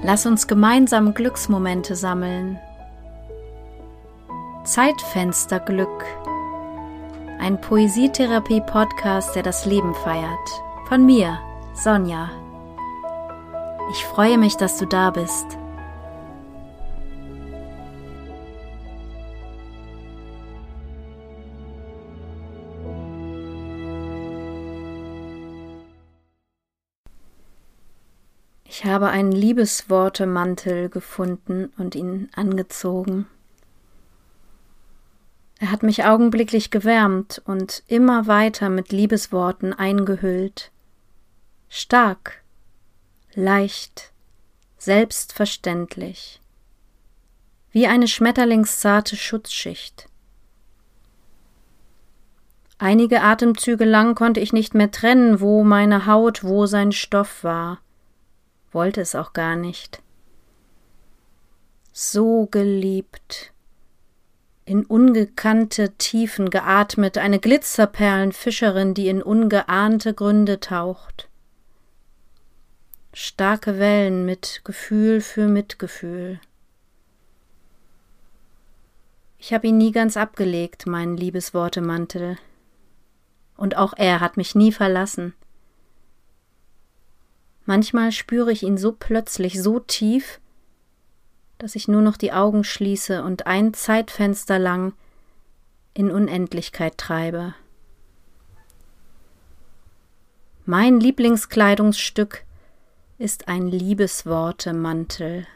Lass uns gemeinsam Glücksmomente sammeln. Zeitfensterglück. Ein Poesietherapie-Podcast, der das Leben feiert. Von mir, Sonja. Ich freue mich, dass du da bist. Ich habe einen Liebeswortemantel gefunden und ihn angezogen. Er hat mich augenblicklich gewärmt und immer weiter mit Liebesworten eingehüllt. Stark, leicht, selbstverständlich. Wie eine schmetterlingszarte Schutzschicht. Einige Atemzüge lang konnte ich nicht mehr trennen, wo meine Haut, wo sein Stoff war. Wollte es auch gar nicht. So geliebt, in ungekannte Tiefen geatmet, eine Glitzerperlenfischerin, die in ungeahnte Gründe taucht. Starke Wellen mit Gefühl für Mitgefühl. Ich habe ihn nie ganz abgelegt, meinen Liebeswortemantel. Und auch er hat mich nie verlassen. Manchmal spüre ich ihn so plötzlich, so tief, dass ich nur noch die Augen schließe und ein Zeitfenster lang in Unendlichkeit treibe. Mein Lieblingskleidungsstück ist ein Liebeswortemantel.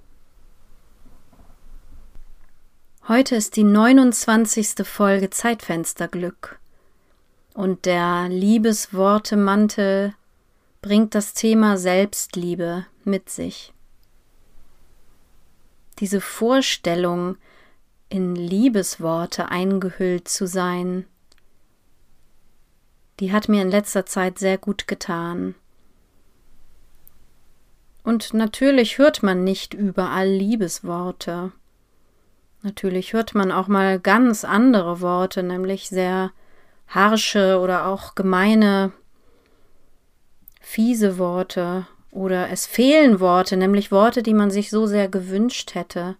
Heute ist die 29. Folge Zeitfensterglück und der Liebeswortemantel bringt das Thema Selbstliebe mit sich. Diese Vorstellung, in Liebesworte eingehüllt zu sein, die hat mir in letzter Zeit sehr gut getan. Und natürlich hört man nicht überall Liebesworte. Natürlich hört man auch mal ganz andere Worte, nämlich sehr harsche oder auch gemeine, fiese Worte, oder es fehlen Worte, nämlich Worte, die man sich so sehr gewünscht hätte.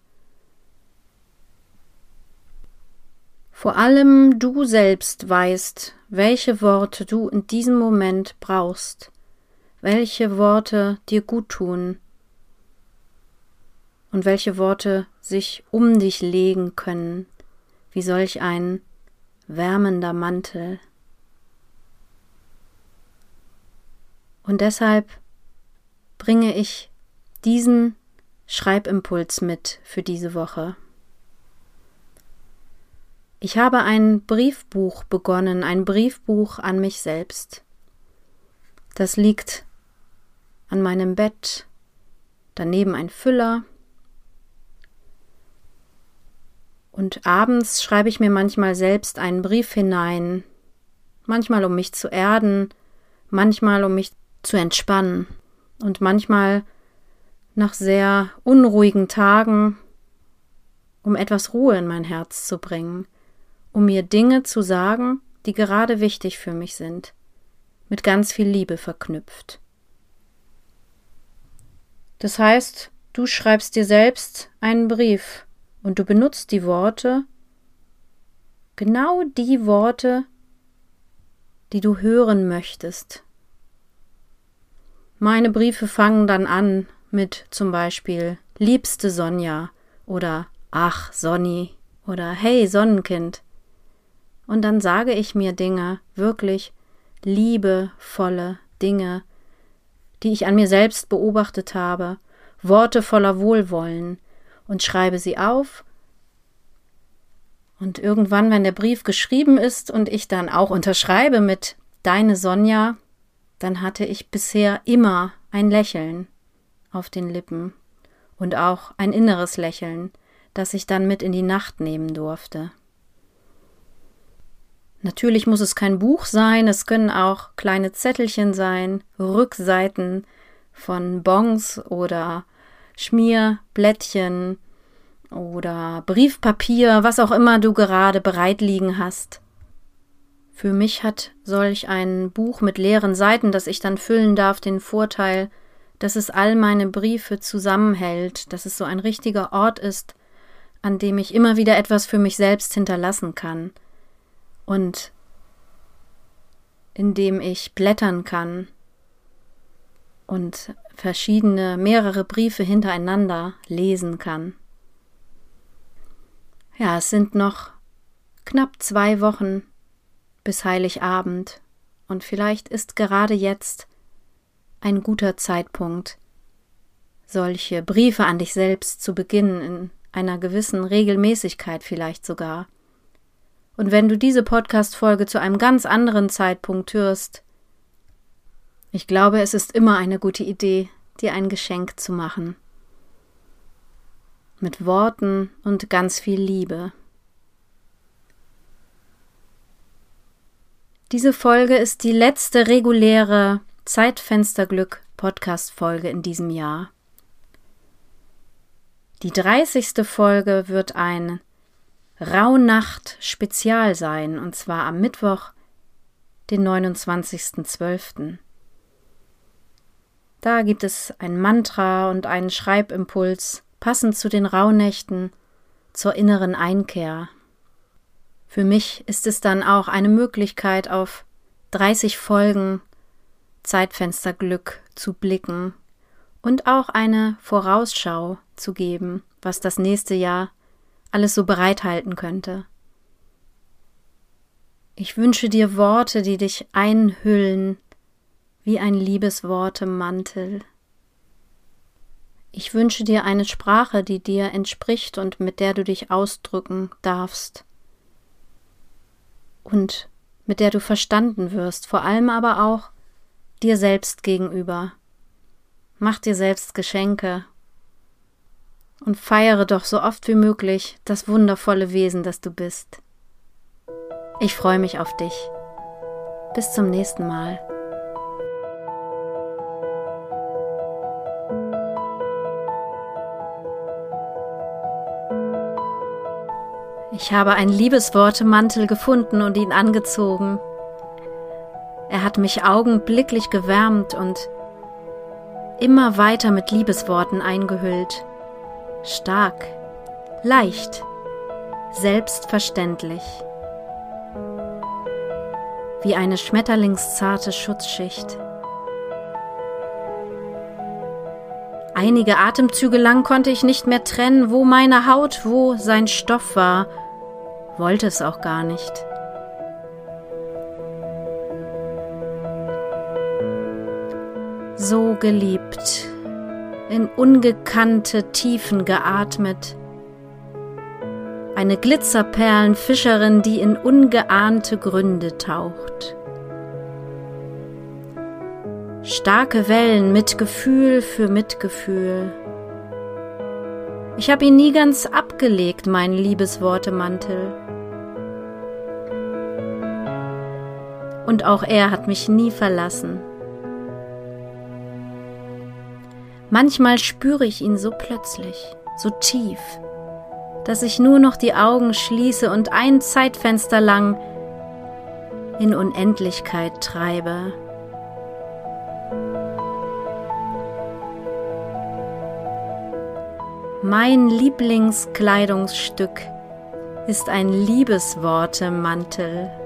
Vor allem du selbst weißt, welche Worte du in diesem Moment brauchst, welche Worte dir gut tun und welche Worte sich um dich legen können, wie solch ein wärmender Mantel. Und deshalb bringe ich diesen Schreibimpuls mit für diese Woche. Ich habe ein Briefbuch begonnen, ein Briefbuch an mich selbst. Das liegt an meinem Bett, daneben ein Füller. Und abends schreibe ich mir manchmal selbst einen Brief hinein, manchmal um mich zu erden, manchmal um mich zu entspannen und manchmal nach sehr unruhigen Tagen, um etwas Ruhe in mein Herz zu bringen, um mir Dinge zu sagen, die gerade wichtig für mich sind, mit ganz viel Liebe verknüpft. Das heißt, du schreibst dir selbst einen Brief und du benutzt die Worte, genau die Worte, die du hören möchtest. Meine Briefe fangen dann an mit zum Beispiel Liebste Sonja oder Ach Sonny oder Hey Sonnenkind. Und dann sage ich mir Dinge, wirklich liebevolle Dinge, die ich an mir selbst beobachtet habe, Worte voller Wohlwollen und schreibe sie auf. Und irgendwann, wenn der Brief geschrieben ist und ich dann auch unterschreibe mit Deine Sonja, dann hatte ich bisher immer ein Lächeln auf den Lippen und auch ein inneres Lächeln, das ich dann mit in die Nacht nehmen durfte. Natürlich muss es kein Buch sein, es können auch kleine Zettelchen sein, Rückseiten von Bons oder Schmierblättchen oder Briefpapier, was auch immer du gerade bereit liegen hast. Für mich hat solch ein Buch mit leeren Seiten, das ich dann füllen darf, den Vorteil, dass es all meine Briefe zusammenhält, dass es so ein richtiger Ort ist, an dem ich immer wieder etwas für mich selbst hinterlassen kann und in dem ich blättern kann und mehrere Briefe hintereinander lesen kann. Ja, es sind noch knapp 2 Wochen bis Heiligabend und vielleicht ist gerade jetzt ein guter Zeitpunkt, solche Briefe an dich selbst zu beginnen, in einer gewissen Regelmäßigkeit vielleicht sogar. Und wenn du diese Podcast-Folge zu einem ganz anderen Zeitpunkt hörst, ich glaube, es ist immer eine gute Idee, dir ein Geschenk zu machen. Mit Worten und ganz viel Liebe. Diese Folge ist die letzte reguläre Zeitfensterglück-Podcast-Folge in diesem Jahr. Die 30. Folge wird ein Rauhnacht-Spezial sein, und zwar am Mittwoch, den 29.12. Da gibt es ein Mantra und einen Schreibimpuls, passend zu den Rauhnächten, zur inneren Einkehr. Für mich ist es dann auch eine Möglichkeit, auf 30 Folgen Zeitfensterglück zu blicken und auch eine Vorausschau zu geben, was das nächste Jahr alles so bereithalten könnte. Ich wünsche dir Worte, die dich einhüllen, wie ein Liebeswortemantel. Ich wünsche dir eine Sprache, die dir entspricht und mit der du dich ausdrücken darfst und mit der du verstanden wirst, vor allem aber auch dir selbst gegenüber. Mach dir selbst Geschenke und feiere doch so oft wie möglich das wundervolle Wesen, das du bist. Ich freue mich auf dich. Bis zum nächsten Mal. Ich habe einen Liebeswortemantel gefunden und ihn angezogen. Er hat mich augenblicklich gewärmt und immer weiter mit Liebesworten eingehüllt. Stark, leicht, selbstverständlich. Wie eine schmetterlingszarte Schutzschicht. Einige Atemzüge lang konnte ich nicht mehr trennen, wo meine Haut, wo sein Stoff war. Wollte es auch gar nicht. So geliebt, in ungekannte Tiefen geatmet. Eine Glitzerperlenfischerin, die in ungeahnte Gründe taucht. Starke Wellen mit Gefühl für Mitgefühl. Ich habe ihn nie ganz abgelegt, meinen Liebeswortemantel. Und auch er hat mich nie verlassen. Manchmal spüre ich ihn so plötzlich, so tief, dass ich nur noch die Augen schließe und ein Zeitfenster lang in Unendlichkeit treibe. Mein Lieblingskleidungsstück ist ein Liebeswortemantel.